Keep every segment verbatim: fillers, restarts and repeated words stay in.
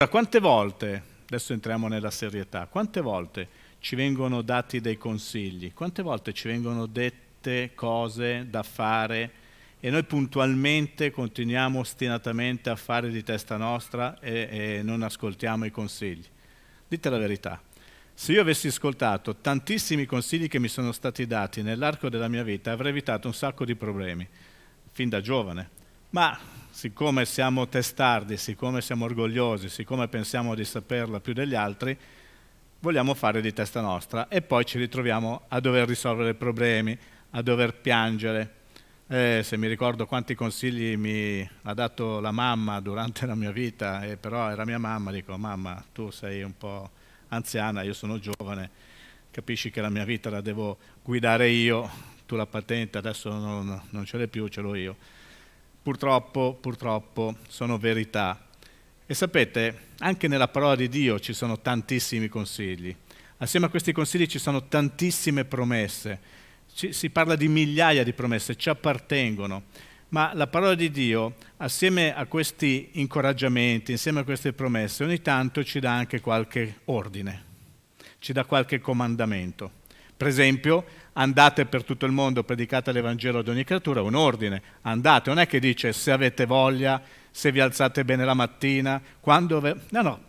Quante volte, adesso entriamo nella serietà, quante volte ci vengono dati dei consigli, quante volte ci vengono dette cose da fare e noi puntualmente continuiamo ostinatamente a fare di testa nostra e, e non ascoltiamo i consigli? Dite la verità. Se io avessi ascoltato tantissimi consigli che mi sono stati dati nell'arco della mia vita, avrei evitato un sacco di problemi, fin da giovane. Ma siccome siamo testardi, siccome siamo orgogliosi, siccome pensiamo di saperla più degli altri, vogliamo fare di testa nostra e poi ci ritroviamo a dover risolvere problemi, a dover piangere. Eh, se mi ricordo quanti consigli mi ha dato la mamma durante la mia vita, e però era mia mamma, dico: mamma, tu sei un po' anziana, io sono giovane, capisci che la mia vita la devo guidare io, tu la patente adesso non, non ce l'hai più, ce l'ho io. Purtroppo, purtroppo sono verità. E sapete, anche nella parola di Dio ci sono tantissimi consigli. Assieme a questi consigli ci sono tantissime promesse. Ci, si parla di migliaia di promesse, ci appartengono. Ma la parola di Dio, assieme a questi incoraggiamenti, insieme a queste promesse, ogni tanto ci dà anche qualche ordine, ci dà qualche comandamento. Per esempio, andate per tutto il mondo, predicate l'Evangelo ad ogni creatura, un ordine. Andate, non è che dice se avete voglia, se vi alzate bene la mattina, quando... No, no,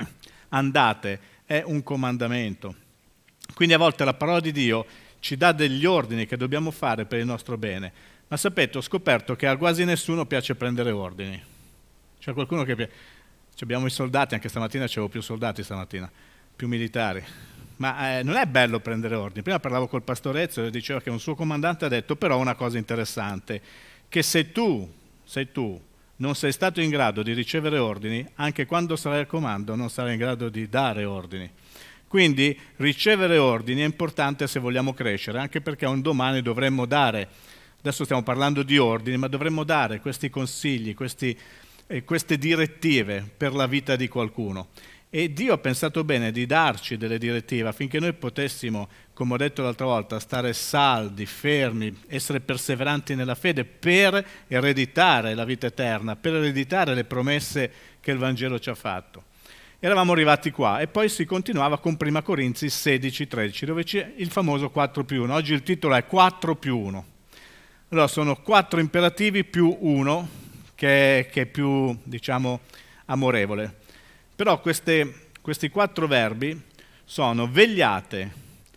andate, è un comandamento. Quindi a volte la parola di Dio ci dà degli ordini che dobbiamo fare per il nostro bene. Ma sapete, ho scoperto che a quasi nessuno piace prendere ordini. C'è qualcuno che... Ci abbiamo i soldati, anche stamattina c'avevo più soldati stamattina, più militari. Ma eh, non è bello prendere ordini. Prima parlavo col pastore Ezio e diceva che un suo comandante ha detto però una cosa interessante, che se tu, sei tu, non sei stato in grado di ricevere ordini, anche quando sarai al comando non sarai in grado di dare ordini. Quindi ricevere ordini è importante se vogliamo crescere, anche perché un domani dovremmo dare, adesso stiamo parlando di ordini, ma dovremmo dare questi consigli, questi, eh, queste direttive per la vita di qualcuno. E Dio ha pensato bene di darci delle direttive affinché noi potessimo, come ho detto l'altra volta, stare saldi, fermi, essere perseveranti nella fede per ereditare la vita eterna, per ereditare le promesse che il Vangelo ci ha fatto. Eravamo arrivati qua e poi si continuava con Prima Corinzi sedici tredici, dove c'è il famoso quattro più uno. Oggi il titolo è quattro più uno. Allora sono quattro imperativi più uno, che è, che è più, diciamo, amorevole. Però queste, questi quattro verbi sono vegliate,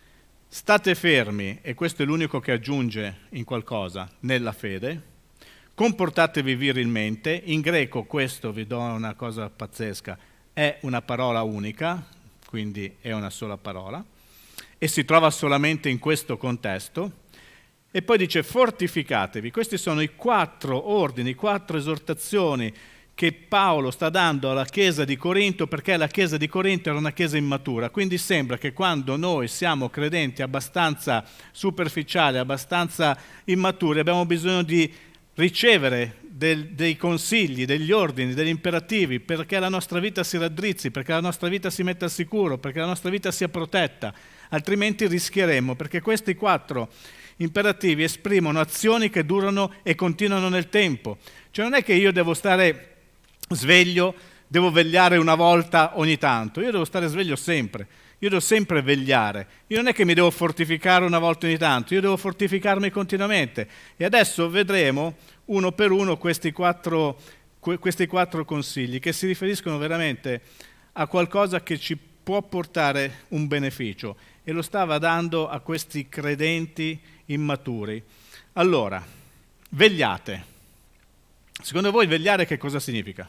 state fermi, e questo è l'unico che aggiunge in qualcosa, nella fede, comportatevi virilmente, in greco questo vi do una cosa pazzesca, è una parola unica, quindi è una sola parola, e si trova solamente in questo contesto, e poi dice fortificatevi. Questi sono i quattro ordini, quattro esortazioni che Paolo sta dando alla chiesa di Corinto, perché la chiesa di Corinto era una chiesa immatura, quindi sembra che quando noi siamo credenti abbastanza superficiali, abbastanza immaturi, abbiamo bisogno di ricevere del, dei consigli, degli ordini, degli imperativi, perché la nostra vita si raddrizzi, perché la nostra vita si metta al sicuro, perché la nostra vita sia protetta, altrimenti rischieremo, perché questi quattro imperativi esprimono azioni che durano e continuano nel tempo. Cioè non è che io devo stare sveglio, devo vegliare una volta ogni tanto, io devo stare sveglio sempre, io devo sempre vegliare, io non è che mi devo fortificare una volta ogni tanto, io devo fortificarmi continuamente. E adesso vedremo uno per uno questi quattro, questi quattro consigli che si riferiscono veramente a qualcosa che ci può portare un beneficio, e lo stava dando a questi credenti immaturi. Allora, vegliate. Secondo voi vegliare che cosa significa?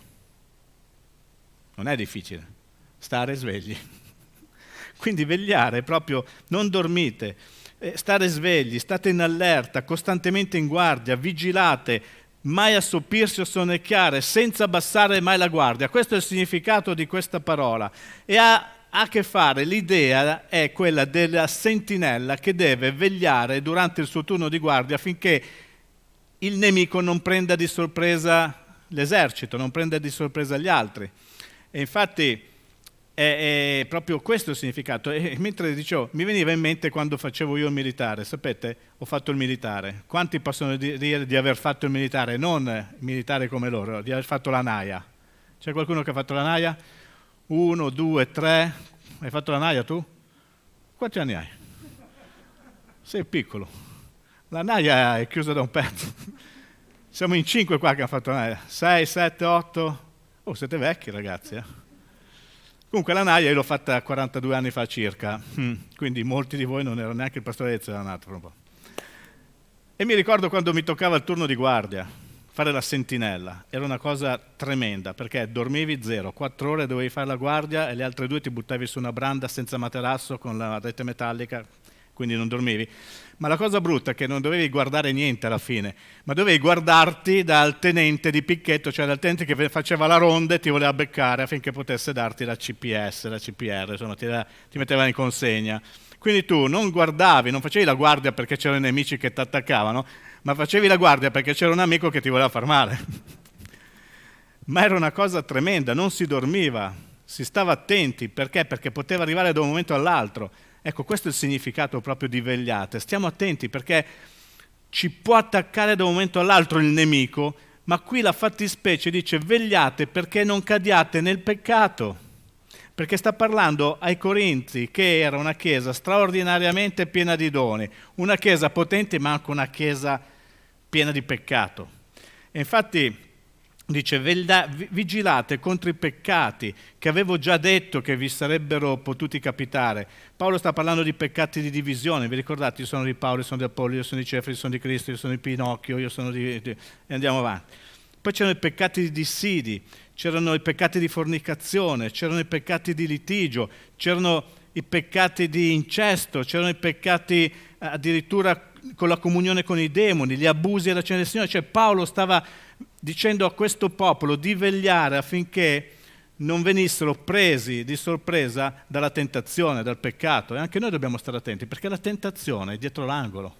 Non è difficile, stare svegli. Quindi vegliare è proprio non dormite, stare svegli, state in allerta, costantemente in guardia, vigilate, mai assoppirsi o sonnecchiare, senza abbassare mai la guardia. Questo è il significato di questa parola. E ha, ha a che fare, l'idea è quella della sentinella che deve vegliare durante il suo turno di guardia affinché il nemico non prenda di sorpresa l'esercito, non prenda di sorpresa gli altri. E infatti è, è proprio questo il significato. E mentre dicevo, mi veniva in mente quando facevo io il militare. Sapete, ho fatto il militare. Quanti possono dire di aver fatto il militare? Non il militare come loro, di aver fatto la naia. C'è qualcuno che ha fatto la naia? Uno, due, tre. Hai fatto la naia tu? Quanti anni hai? Sei piccolo. La naia è chiusa da un pezzo. Siamo in cinque qua che hanno fatto la naia. Sei, sette, otto. Oh, siete vecchi ragazzi, eh? Comunque la naia io l'ho fatta quarantadue anni fa circa, quindi molti di voi non erano neanche il pastore Ezio, era nato fra un po'. E mi ricordo quando mi toccava il turno di guardia, fare la sentinella, era una cosa tremenda, perché dormivi zero, quattro ore dovevi fare la guardia e le altre due ti buttavi su una branda senza materasso con la rete metallica, quindi non dormivi. Ma la cosa brutta è che non dovevi guardare niente alla fine, ma dovevi guardarti dal tenente di picchetto, cioè dal tenente che faceva la ronda e ti voleva beccare affinché potesse darti la C P S, la C P R, insomma ti, ti metteva in consegna. Quindi tu non guardavi, non facevi la guardia perché c'erano i nemici che ti attaccavano, ma facevi la guardia perché c'era un amico che ti voleva far male. Ma era una cosa tremenda, non si dormiva, si stava attenti, perché? Perché poteva arrivare da un momento all'altro. Ecco, questo è il significato proprio di vegliate. Stiamo attenti perché ci può attaccare da un momento all'altro il nemico, ma qui la fattispecie dice vegliate perché non cadiate nel peccato. Perché sta parlando ai Corinzi, che era una chiesa straordinariamente piena di doni, una chiesa potente ma anche una chiesa piena di peccato. E infatti dice, vigilate contro i peccati che avevo già detto che vi sarebbero potuti capitare. Paolo sta parlando di peccati di divisione, vi ricordate? Io sono di Paolo, io sono di Apollo, io sono di Cefro, io sono di Cristo, io sono di Pinocchio, io sono di... di... e andiamo avanti. Poi c'erano i peccati di dissidi, c'erano i peccati di fornicazione, c'erano i peccati di litigio, c'erano i peccati di incesto, c'erano i peccati addirittura con la comunione con i demoni, gli abusi alla cena del Signore. Cioè Paolo stava dicendo a questo popolo di vegliare affinché non venissero presi di sorpresa dalla tentazione, dal peccato. E anche noi dobbiamo stare attenti, perché la tentazione è dietro l'angolo.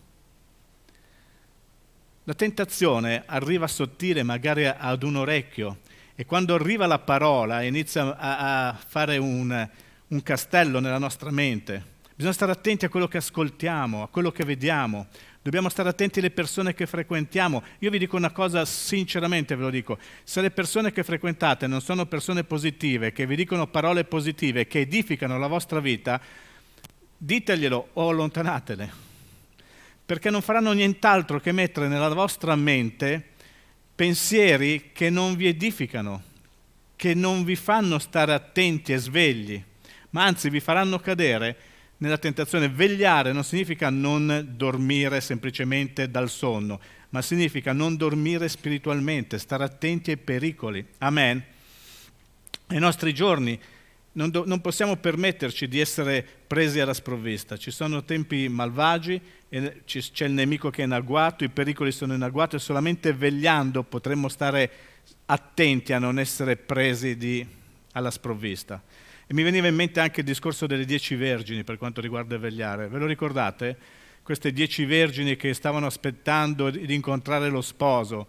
La tentazione arriva sottile magari ad un orecchio e quando arriva la parola inizia a, a fare un, un castello nella nostra mente. Bisogna stare attenti a quello che ascoltiamo, a quello che vediamo. Dobbiamo stare attenti alle persone che frequentiamo. Io vi dico una cosa sinceramente, ve lo dico, se le persone che frequentate non sono persone positive, che vi dicono parole positive, che edificano la vostra vita, diteglielo o allontanatele, perché non faranno nient'altro che mettere nella vostra mente pensieri che non vi edificano, che non vi fanno stare attenti e svegli, ma anzi vi faranno cadere nella tentazione. Vegliare non significa non dormire semplicemente dal sonno, ma significa non dormire spiritualmente, stare attenti ai pericoli. Amen. Nei nostri giorni non, do, non possiamo permetterci di essere presi alla sprovvista. Ci sono tempi malvagi, e c'è il nemico che è in agguato, i pericoli sono in agguato e solamente vegliando potremmo stare attenti a non essere presi di, alla sprovvista. E mi veniva in mente anche il discorso delle dieci vergini per quanto riguarda il vegliare. Ve lo ricordate? Queste dieci vergini che stavano aspettando di incontrare lo sposo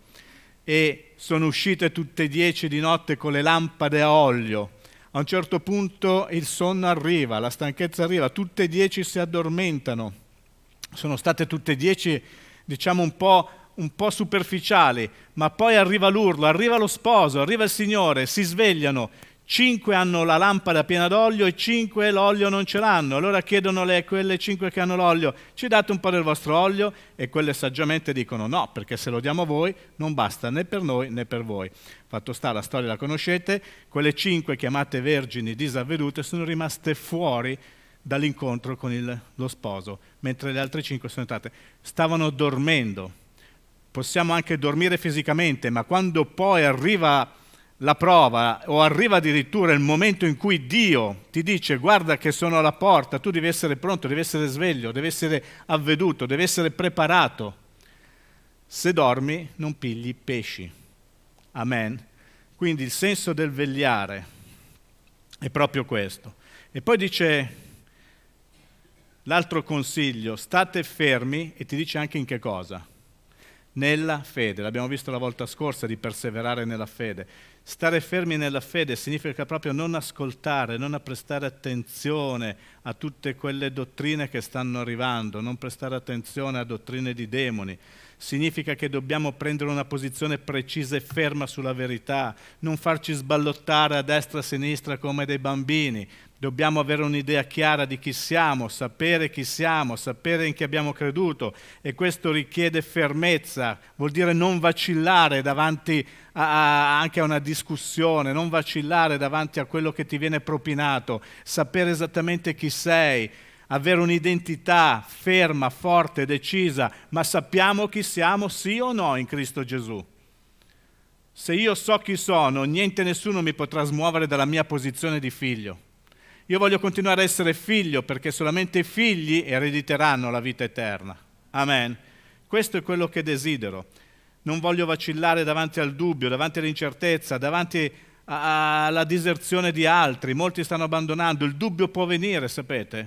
e sono uscite tutte e dieci di notte con le lampade a olio. A un certo punto il sonno arriva, la stanchezza arriva, tutte e dieci si addormentano. Sono state tutte e dieci, diciamo, un po', un po' superficiali, ma poi arriva l'urlo, arriva lo sposo, arriva il Signore, si svegliano. Cinque hanno la lampada piena d'olio e cinque l'olio non ce l'hanno. Allora chiedono le, quelle cinque che hanno l'olio, ci date un po' del vostro olio? E quelle saggiamente dicono no, perché se lo diamo a voi non basta né per noi né per voi. Fatto sta, la storia la conoscete, quelle cinque chiamate vergini disavvedute sono rimaste fuori dall'incontro con il, lo sposo, mentre le altre cinque sono entrate. Stavano dormendo. Possiamo anche dormire fisicamente, ma quando poi arriva la prova o arriva addirittura il momento in cui Dio ti dice guarda che sono alla porta, tu devi essere pronto, devi essere sveglio, devi essere avveduto, devi essere preparato. Se dormi non pigli pesci. Amen. Quindi il senso del vegliare è proprio questo. E poi dice l'altro consiglio, state fermi, e ti dice anche in che cosa? Nella fede. L'abbiamo visto la volta scorsa di perseverare nella fede. Stare fermi nella fede significa proprio non ascoltare, non prestare attenzione a tutte quelle dottrine che stanno arrivando, non prestare attenzione a dottrine di demoni. significa che dobbiamo prendere una posizione precisa e ferma sulla verità, non farci sballottare a destra e a sinistra come dei bambini. Dobbiamo avere un'idea chiara di chi siamo, sapere chi siamo, sapere in chi abbiamo creduto, e questo richiede fermezza, vuol dire non vacillare davanti a, a, anche a una discussione, non vacillare davanti a quello che ti viene propinato, sapere esattamente chi sei, avere un'identità ferma, forte, decisa, ma sappiamo chi siamo, sì o no, in Cristo Gesù. Se io so chi sono, niente e nessuno mi potrà smuovere dalla mia posizione di figlio. Io voglio continuare a essere figlio perché solamente i figli erediteranno la vita eterna. Amen. Questo è quello che desidero. Non voglio vacillare davanti al dubbio, davanti all'incertezza, davanti a- alla diserzione di altri. Molti stanno abbandonando. Il dubbio può venire, sapete?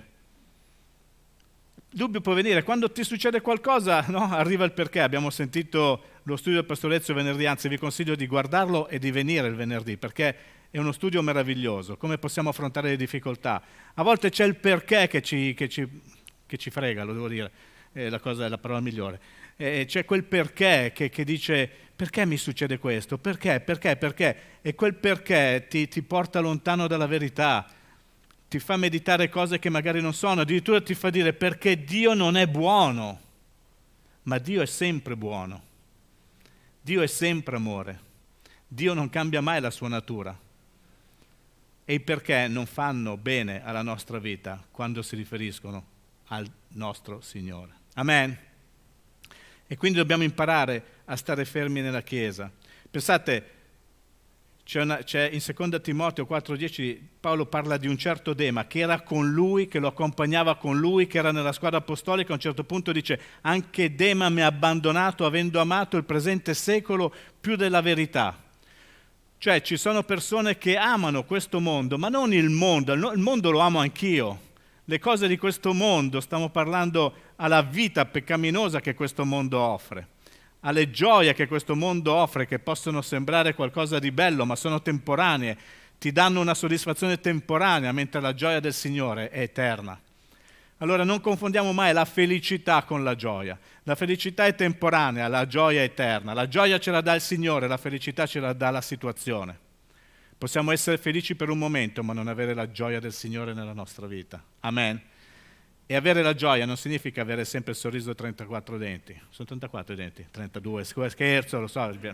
Il dubbio può venire. Quando ti succede qualcosa, no? Arriva il perché. Abbiamo sentito lo studio del Pastor Ezio venerdì, anzi vi consiglio di guardarlo e di venire il venerdì, perché è uno studio meraviglioso, come possiamo affrontare le difficoltà. A volte c'è il perché che ci, che ci, che ci frega, lo devo dire, è la, cosa, è la parola migliore. E c'è quel perché che, che dice, perché mi succede questo? Perché? Perché? Perché? E quel perché ti, ti porta lontano dalla verità, ti fa meditare cose che magari non sono, addirittura ti fa dire perché Dio non è buono, ma Dio è sempre buono, Dio è sempre amore, Dio non cambia mai la sua natura. E i perché non fanno bene alla nostra vita quando si riferiscono al nostro Signore. Amen? E quindi dobbiamo imparare a stare fermi nella Chiesa. Pensate, c'è una, c'è in seconda Timoteo quattro dieci Paolo parla di un certo Dema che era con lui, che lo accompagnava con lui, che era nella squadra apostolica. A un certo punto dice, anche Dema mi ha abbandonato avendo amato il presente secolo più della verità. Cioè ci sono persone che amano questo mondo, ma non il mondo, il mondo lo amo anch'io. Le cose di questo mondo, stiamo parlando alla vita peccaminosa che questo mondo offre, alle gioie che questo mondo offre, che possono sembrare qualcosa di bello, ma sono temporanee, ti danno una soddisfazione temporanea, mentre la gioia del Signore è eterna. Allora non confondiamo mai la felicità con la gioia. La felicità è temporanea, la gioia è eterna. La gioia ce la dà il Signore, la felicità ce la dà la situazione. Possiamo essere felici per un momento, ma non avere la gioia del Signore nella nostra vita. Amen. E avere la gioia non significa avere sempre il sorriso e trentaquattro denti. Sono trentaquattro i denti? trentadue, scherzo, lo so. Continuo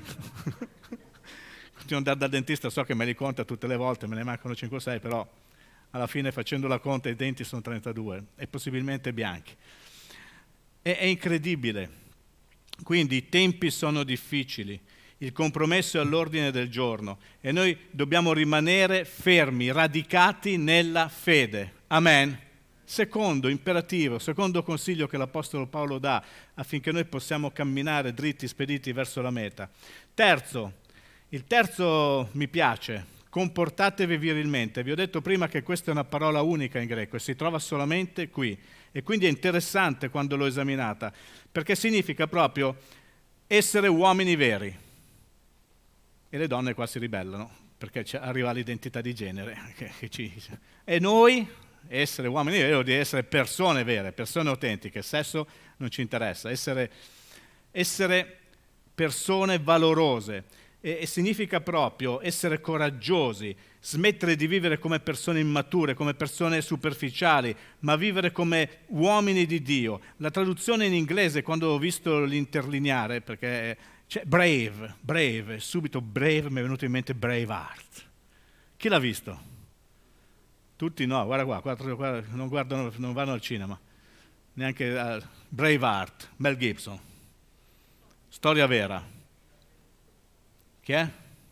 ad andare dal dentista, so che me li conta tutte le volte, me ne mancano cinque o sei, però alla fine facendo la conta i denti sono trentadue e possibilmente bianchi. È, è incredibile. Quindi i tempi sono difficili, il compromesso è all'ordine del giorno e noi dobbiamo rimanere fermi, radicati nella fede. Amen. Secondo imperativo, secondo consiglio che l'Apostolo Paolo dà affinché noi possiamo camminare dritti, spediti verso la meta. Terzo, il terzo mi piace. Comportatevi virilmente. Vi ho detto prima che questa è una parola unica in greco e si trova solamente qui. E quindi è interessante quando l'ho esaminata, perché significa proprio essere uomini veri. E le donne qua si ribellano, perché arriva l'identità di genere. Che, che ci... E noi, essere uomini veri, vuol dire essere persone vere, persone autentiche. Il sesso non ci interessa. Essere, essere persone valorose. E significa proprio essere coraggiosi, smettere di vivere come persone immature, come persone superficiali, ma vivere come uomini di Dio. La traduzione in inglese, quando ho visto l'interlineare, perché c'è brave, brave, subito brave mi è venuto in mente Braveheart. Chi l'ha visto? Tutti no, guarda qua, quattro, guarda, non, guardano, non vanno al cinema, neanche uh, Braveheart, Mel Gibson, storia vera. Chi è?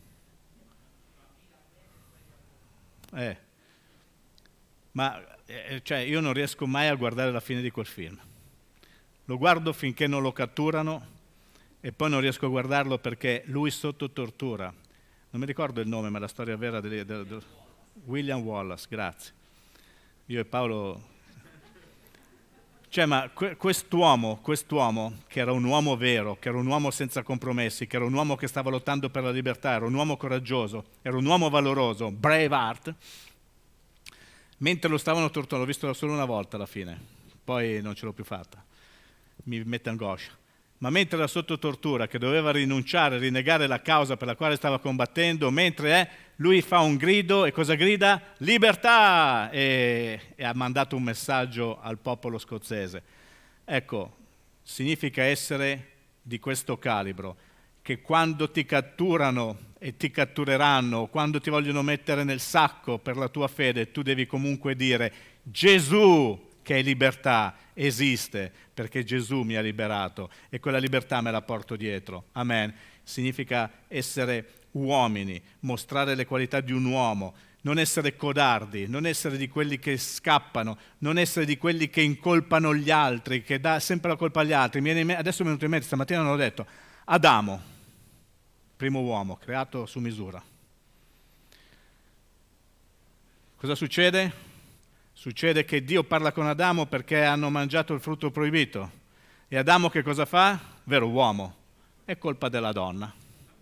Eh. Ma eh, cioè, io non riesco mai a guardare la fine di quel film. Lo guardo finché non lo catturano e poi non riesco a guardarlo perché lui sotto tortura. Non mi ricordo il nome, ma la storia vera di William Wallace, grazie. Io e Paolo... Cioè, ma quest'uomo, quest'uomo, che era un uomo vero, che era un uomo senza compromessi, che era un uomo che stava lottando per la libertà, era un uomo coraggioso, era un uomo valoroso, Braveheart, mentre lo stavano torturando, l'ho visto solo una volta alla fine, poi non ce l'ho più fatta, mi mette angoscia. ma mentre era sotto tortura, che doveva rinunciare, rinnegare la causa per la quale stava combattendo, mentre è, lui fa un grido e cosa grida? Libertà! E, e ha mandato un messaggio al popolo scozzese. Ecco, significa essere di questo calibro, che quando ti catturano e ti cattureranno, quando ti vogliono mettere nel sacco per la tua fede, tu devi comunque dire Gesù, che è libertà, esiste, perché Gesù mi ha liberato e quella libertà me la porto dietro. Amen. Significa essere uomini, mostrare le qualità di un uomo, non essere codardi, non essere di quelli che scappano, non essere di quelli che incolpano gli altri, che dà sempre la colpa agli altri. Adesso mi è venuto in mente, stamattina non l'ho detto, Adamo, primo uomo, creato su misura. Cosa succede? Succede che Dio parla con Adamo perché hanno mangiato il frutto proibito. E Adamo che cosa fa? Vero uomo, è colpa della donna.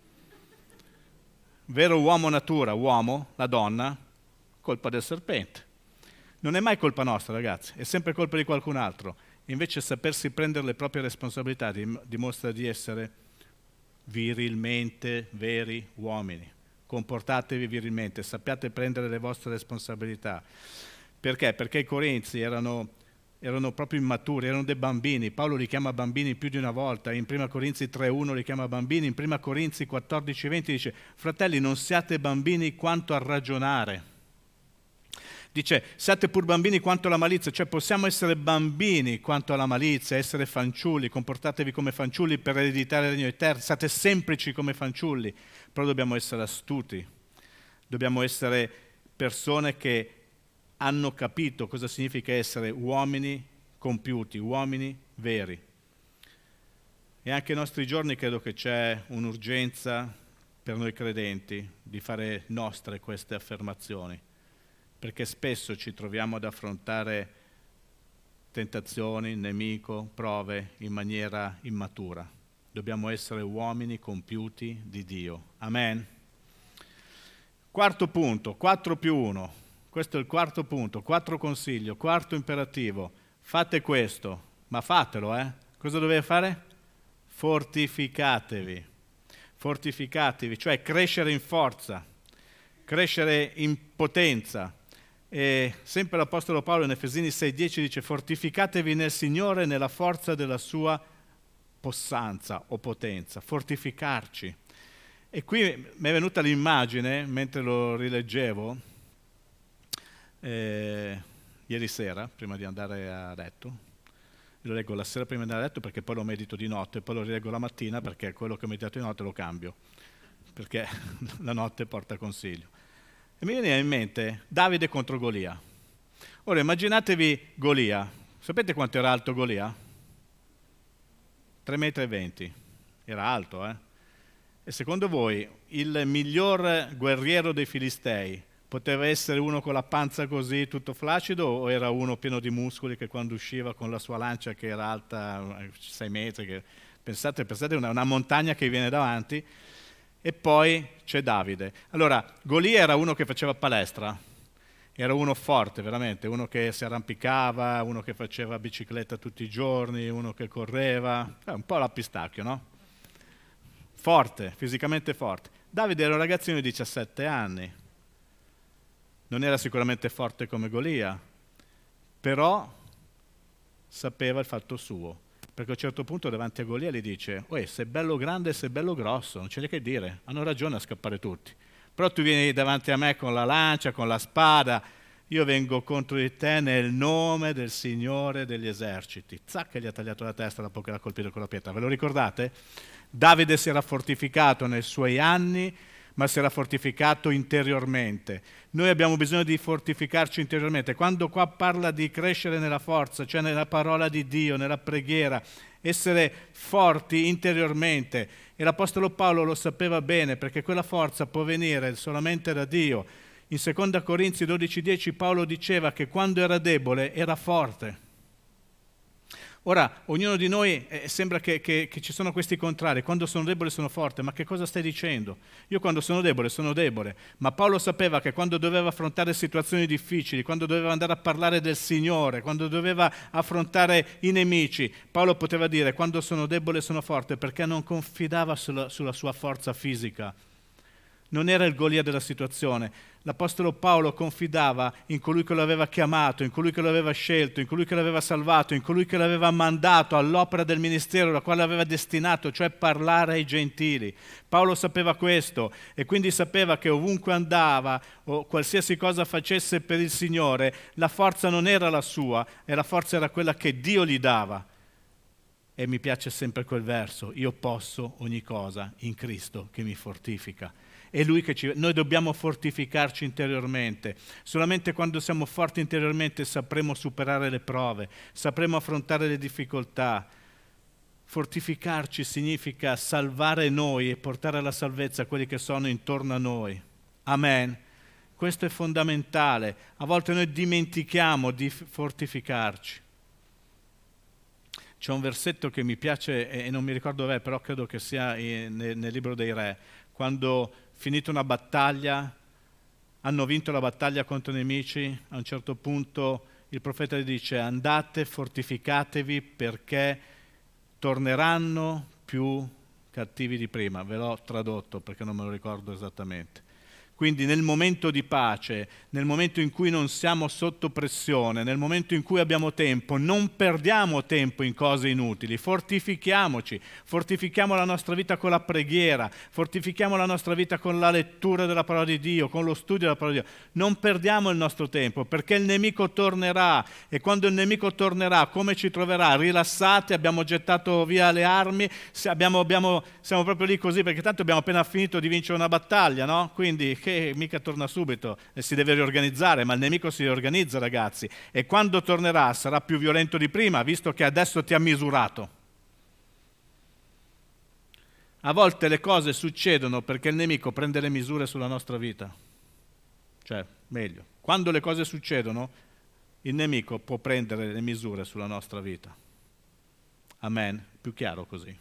Vero uomo natura, uomo, la donna, colpa del serpente. Non è mai colpa nostra, ragazzi, è sempre colpa di qualcun altro. Invece sapersi prendere le proprie responsabilità dimostra di essere virilmente veri uomini. Comportatevi virilmente, sappiate prendere le vostre responsabilità. Perché? Perché i corinzi erano, erano proprio immaturi, erano dei bambini. Paolo li chiama bambini più di una volta, in prima Corinzi tre uno li chiama bambini, in prima Corinzi quattordici venti dice fratelli non siate bambini quanto a ragionare. Dice siate pur bambini quanto alla malizia, cioè possiamo essere bambini quanto alla malizia, essere fanciulli, comportatevi come fanciulli per ereditare il regno eterno, siate semplici come fanciulli, però dobbiamo essere astuti, dobbiamo essere persone che hanno capito cosa significa essere uomini compiuti, uomini veri. E anche ai nostri giorni credo che c'è un'urgenza per noi credenti di fare nostre queste affermazioni, perché spesso ci troviamo ad affrontare tentazioni, nemico, prove in maniera immatura. Dobbiamo essere uomini compiuti di Dio. Amen. Quarto punto, quattro più uno. Questo è il quarto punto, quarto consiglio, quarto imperativo. Fate questo, ma fatelo, eh? Cosa dovete fare? Fortificatevi. Fortificatevi, cioè crescere in forza, crescere in potenza. E sempre l'Apostolo Paolo in Efesini sei dieci dice fortificatevi nel Signore nella forza della sua possanza o potenza, fortificarci. E qui mi è venuta l'immagine, mentre lo rileggevo, Eh, ieri sera, prima di andare a letto, lo leggo la sera prima di andare a letto perché poi lo medito di notte, poi lo rileggo la mattina perché quello che ho meditato di notte lo cambio, perché la notte porta consiglio. E mi viene in mente Davide contro Golia. Ora immaginatevi Golia, sapete quanto era alto Golia? tre metri e venti, era alto, eh? E secondo voi il miglior guerriero dei Filistei poteva essere uno con la panza così, tutto flaccido, o era uno pieno di muscoli che quando usciva con la sua lancia che era alta sei metri, che, pensate, pensate una, una montagna che viene davanti, e poi c'è Davide. Allora, Golia era uno che faceva palestra, era uno forte veramente, uno che si arrampicava, uno che faceva bicicletta tutti i giorni, uno che correva, eh, un po' la pistacchio, no? Forte, fisicamente forte. Davide era un ragazzino di diciassette anni. Non era sicuramente forte come Golia, però sapeva il fatto suo, perché a un certo punto davanti a Golia gli dice «Uè, sei bello grande, sei bello grosso, non c'è che dire, hanno ragione a scappare tutti, però tu vieni davanti a me con la lancia, con la spada, io vengo contro di te nel nome del Signore degli eserciti». Zac, gli ha tagliato la testa dopo che l'ha colpito con la pietra, ve lo ricordate? Davide si era fortificato nei suoi anni, ma si era fortificato interiormente. Noi abbiamo bisogno di fortificarci interiormente. Quando qua parla di crescere nella forza, cioè nella parola di Dio, nella preghiera, essere forti interiormente. E l'Apostolo Paolo lo sapeva bene, perché quella forza può venire solamente da Dio. In seconda Corinzi dodici dieci Paolo diceva che quando era debole era forte. Ora, ognuno di noi eh, sembra che, che, che ci sono questi contrari, quando sono debole sono forte, ma che cosa stai dicendo? Io quando sono debole sono debole, ma Paolo sapeva che quando doveva affrontare situazioni difficili, quando doveva andare a parlare del Signore, quando doveva affrontare i nemici, Paolo poteva dire quando sono debole sono forte, perché non confidava sulla, sulla sua forza fisica. Non era il Golia della situazione. L'Apostolo Paolo confidava in colui che lo aveva chiamato, in colui che lo aveva scelto, in colui che l'aveva salvato, in colui che l'aveva mandato all'opera del ministero, la quale aveva destinato, cioè parlare ai gentili. Paolo sapeva questo e quindi sapeva che ovunque andava o qualsiasi cosa facesse per il Signore, la forza non era la sua, e la forza era quella che Dio gli dava. E mi piace sempre quel verso, io posso ogni cosa in Cristo che mi fortifica. È Lui che ci... Noi dobbiamo fortificarci interiormente. Solamente quando siamo forti interiormente sapremo superare le prove, sapremo affrontare le difficoltà. Fortificarci significa salvare noi e portare alla salvezza quelli che sono intorno a noi. Amen. Questo è fondamentale. A volte noi dimentichiamo di fortificarci. C'è un versetto che mi piace e non mi ricordo dov'è, però credo che sia nel, nel libro dei Re, quando finita una battaglia, hanno vinto la battaglia contro i nemici, a un certo punto il profeta gli dice andate, fortificatevi perché torneranno più cattivi di prima. Ve l'ho tradotto perché non me lo ricordo esattamente. Quindi nel momento di pace, nel momento in cui non siamo sotto pressione, nel momento in cui abbiamo tempo, non perdiamo tempo in cose inutili, fortifichiamoci, fortifichiamo la nostra vita con la preghiera, fortifichiamo la nostra vita con la lettura della parola di Dio, con lo studio della parola di Dio. Non perdiamo il nostro tempo perché il nemico tornerà e quando il nemico tornerà, come ci troverà? Rilassati, abbiamo gettato via le armi, abbiamo, abbiamo, siamo proprio lì così perché tanto abbiamo appena finito di vincere una battaglia, no? Quindi che mica torna subito e si deve riorganizzare, ma il nemico si riorganizza, ragazzi, e quando tornerà sarà più violento di prima, visto che adesso ti ha misurato. A volte le cose succedono perché il nemico prende le misure sulla nostra vita. Cioè, meglio, quando le cose succedono, il nemico può prendere le misure sulla nostra vita. Amen? Più chiaro così.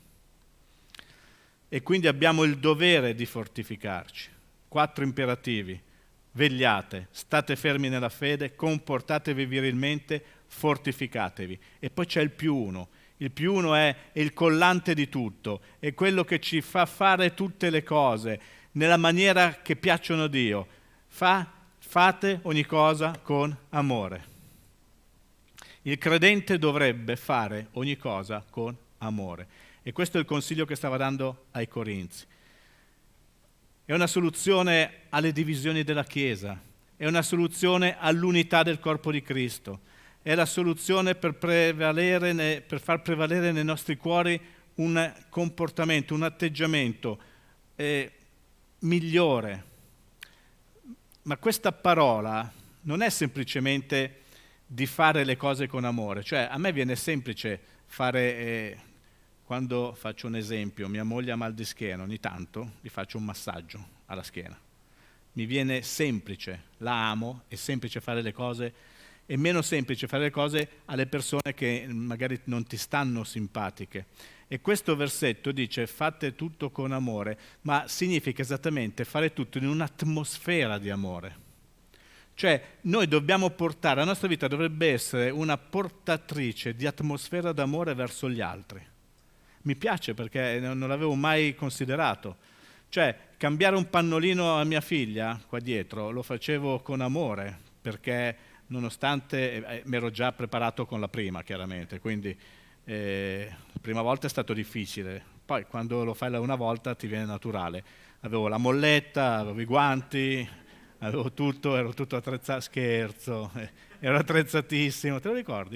E quindi abbiamo il dovere di fortificarci. Quattro imperativi: vegliate, state fermi nella fede, comportatevi virilmente, fortificatevi. E poi c'è il più uno. Il più uno è il collante di tutto, è quello che ci fa fare tutte le cose nella maniera che piacciono a Dio. Fa, fate ogni cosa con amore. Il credente dovrebbe fare ogni cosa con amore. E questo è il consiglio che stava dando ai Corinzi. È una soluzione alle divisioni della Chiesa, è una soluzione all'unità del corpo di Cristo, è la soluzione per, prevalere, per far prevalere nei nostri cuori un comportamento, un atteggiamento eh, migliore. Ma questa parola non è semplicemente di fare le cose con amore, cioè a me viene semplice fare... Eh, Quando faccio un esempio, mia moglie ha mal di schiena, ogni tanto gli faccio un massaggio alla schiena. Mi viene semplice, la amo, è semplice fare le cose, è meno semplice fare le cose alle persone che magari non ti stanno simpatiche. E questo versetto dice fate tutto con amore, ma significa esattamente fare tutto in un'atmosfera di amore. Cioè noi dobbiamo portare, la nostra vita dovrebbe essere una portatrice di atmosfera d'amore verso gli altri. Mi piace perché non l'avevo mai considerato. Cioè, cambiare un pannolino a mia figlia, qua dietro, lo facevo con amore, perché nonostante eh, mi ero già preparato con la prima, chiaramente, quindi eh, la prima volta è stato difficile, poi quando lo fai una volta ti viene naturale. Avevo la molletta, avevo i guanti, avevo tutto, ero tutto attrezzato, scherzo, eh, ero attrezzatissimo, te lo ricordi?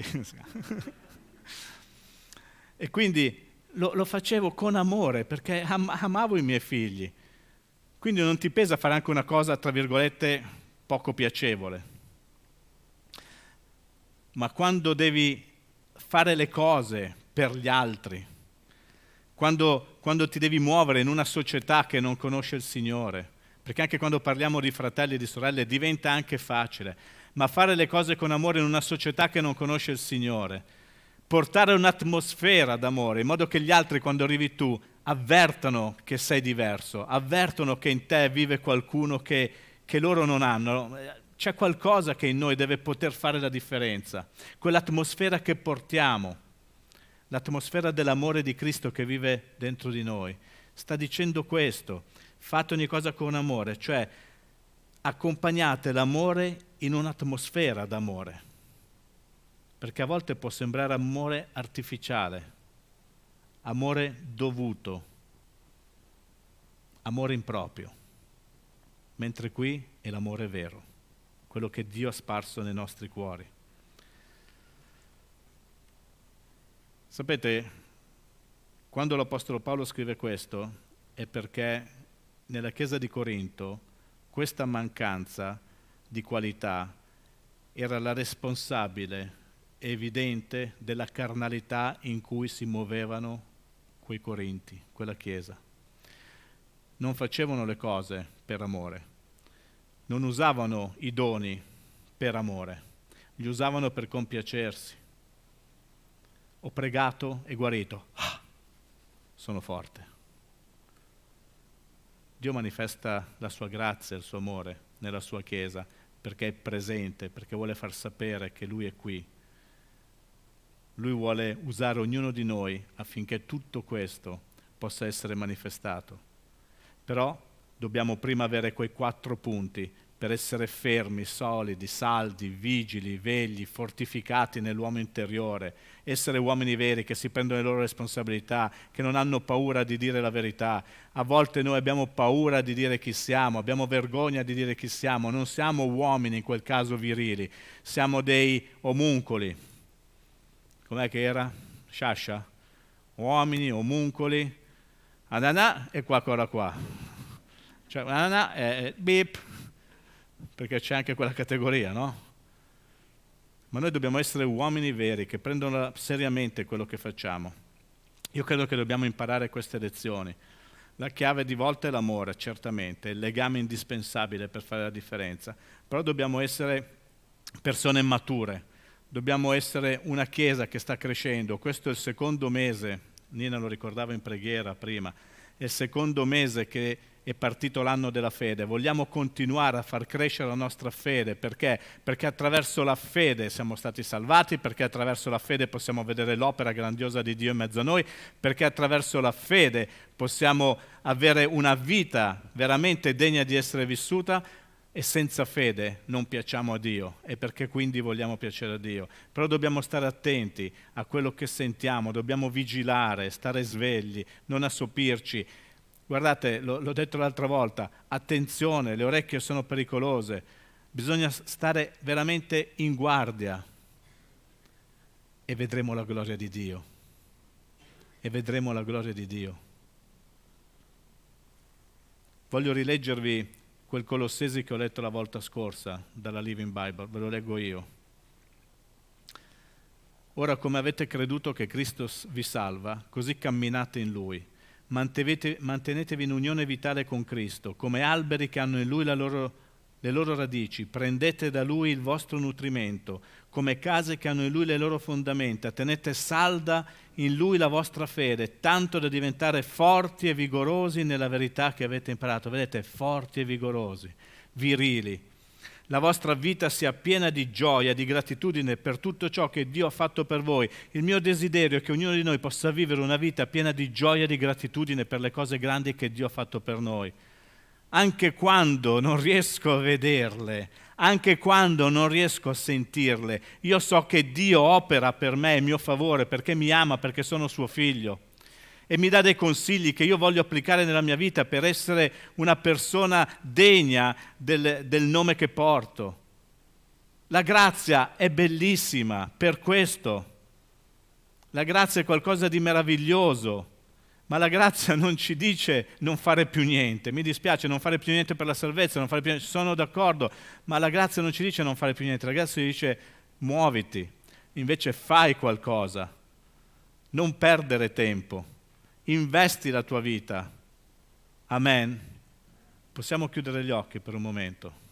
E quindi... Lo, lo facevo con amore perché am- amavo i miei figli. Quindi non ti pesa fare anche una cosa, tra virgolette, poco piacevole. Ma quando devi fare le cose per gli altri, quando, quando ti devi muovere in una società che non conosce il Signore, perché anche quando parliamo di fratelli e di sorelle diventa anche facile, ma fare le cose con amore in una società che non conosce il Signore, portare un'atmosfera d'amore, in modo che gli altri, quando arrivi tu, avvertano che sei diverso, avvertono che in te vive qualcuno che, che loro non hanno. C'è qualcosa che in noi deve poter fare la differenza. Quell'atmosfera che portiamo, l'atmosfera dell'amore di Cristo che vive dentro di noi, sta dicendo questo: fate ogni cosa con amore, cioè accompagnate l'amore in un'atmosfera d'amore, perché a volte può sembrare amore artificiale, amore dovuto, amore improprio, mentre qui è l'amore vero, quello che Dio ha sparso nei nostri cuori. Sapete, quando l'Apostolo Paolo scrive questo è perché nella Chiesa di Corinto questa mancanza di qualità era la responsabile evidente della carnalità in cui si muovevano quei Corinti, quella Chiesa. Non facevano le cose per amore, non usavano i doni per amore, li usavano per compiacersi. Ho pregato e guarito, ah, sono forte. Dio manifesta la sua grazia e il suo amore nella sua Chiesa perché è presente, perché vuole far sapere che Lui è qui. Lui vuole usare ognuno di noi affinché tutto questo possa essere manifestato. Però dobbiamo prima avere quei quattro punti per essere fermi, solidi, saldi, vigili, vegli, fortificati nell'uomo interiore, essere uomini veri che si prendono le loro responsabilità, che non hanno paura di dire la verità. A volte noi abbiamo paura di dire chi siamo, abbiamo vergogna di dire chi siamo, non siamo uomini in quel caso virili, siamo dei omuncoli. Com'è che era? Sciascia? Uomini, omuncoli, ananà e qua, qua, qua. Cioè ananà è beep, perché c'è anche quella categoria, no? Ma noi dobbiamo essere uomini veri, che prendono seriamente quello che facciamo. Io credo che dobbiamo imparare queste lezioni. La chiave di volta è l'amore, certamente, è il legame indispensabile per fare la differenza, però dobbiamo essere persone mature, dobbiamo essere una Chiesa che sta crescendo. Questo è il secondo mese, Nina lo ricordava in preghiera prima, è il secondo mese che è partito l'anno della fede. Vogliamo continuare a far crescere la nostra fede, perché? Perché attraverso la fede siamo stati salvati, perché attraverso la fede possiamo vedere l'opera grandiosa di Dio in mezzo a noi, perché attraverso la fede possiamo avere una vita veramente degna di essere vissuta, e senza fede non piacciamo a Dio, e perché quindi vogliamo piacere a Dio. Però dobbiamo stare attenti a quello che sentiamo, dobbiamo vigilare, stare svegli, non assopirci. Guardate, lo, l'ho detto l'altra volta, attenzione, le orecchie sono pericolose, bisogna stare veramente in guardia e vedremo la gloria di Dio. E vedremo la gloria di Dio. Voglio rileggervi quel Colossesi che ho letto la volta scorsa dalla Living Bible, ve lo leggo io. Ora, come avete creduto che Cristo vi salva, così camminate in Lui. Mantenete, mantenetevi in unione vitale con Cristo, come alberi che hanno in Lui la loro, le loro radici. Prendete da Lui il vostro nutrimento, come case che hanno in Lui le loro fondamenta. Tenete salda in Lui la vostra fede, tanto da diventare forti e vigorosi nella verità che avete imparato. Vedete, forti e vigorosi, virili. La vostra vita sia piena di gioia, di gratitudine per tutto ciò che Dio ha fatto per voi. Il mio desiderio è che ognuno di noi possa vivere una vita piena di gioia e di gratitudine per le cose grandi che Dio ha fatto per noi. Anche quando non riesco a vederle, anche quando non riesco a sentirle, io so che Dio opera per me in mio favore, perché mi ama, perché sono suo figlio. E mi dà dei consigli che io voglio applicare nella mia vita per essere una persona degna del, del nome che porto. La grazia è bellissima per questo. La grazia è qualcosa di meraviglioso, ma la grazia non ci dice non fare più niente. Mi dispiace, non fare più niente per la salvezza, non fare più niente, sono d'accordo, ma la grazia non ci dice non fare più niente, la grazia ci dice muoviti, invece fai qualcosa, non perdere tempo. Investi la tua vita. Amen. Possiamo chiudere gli occhi per un momento.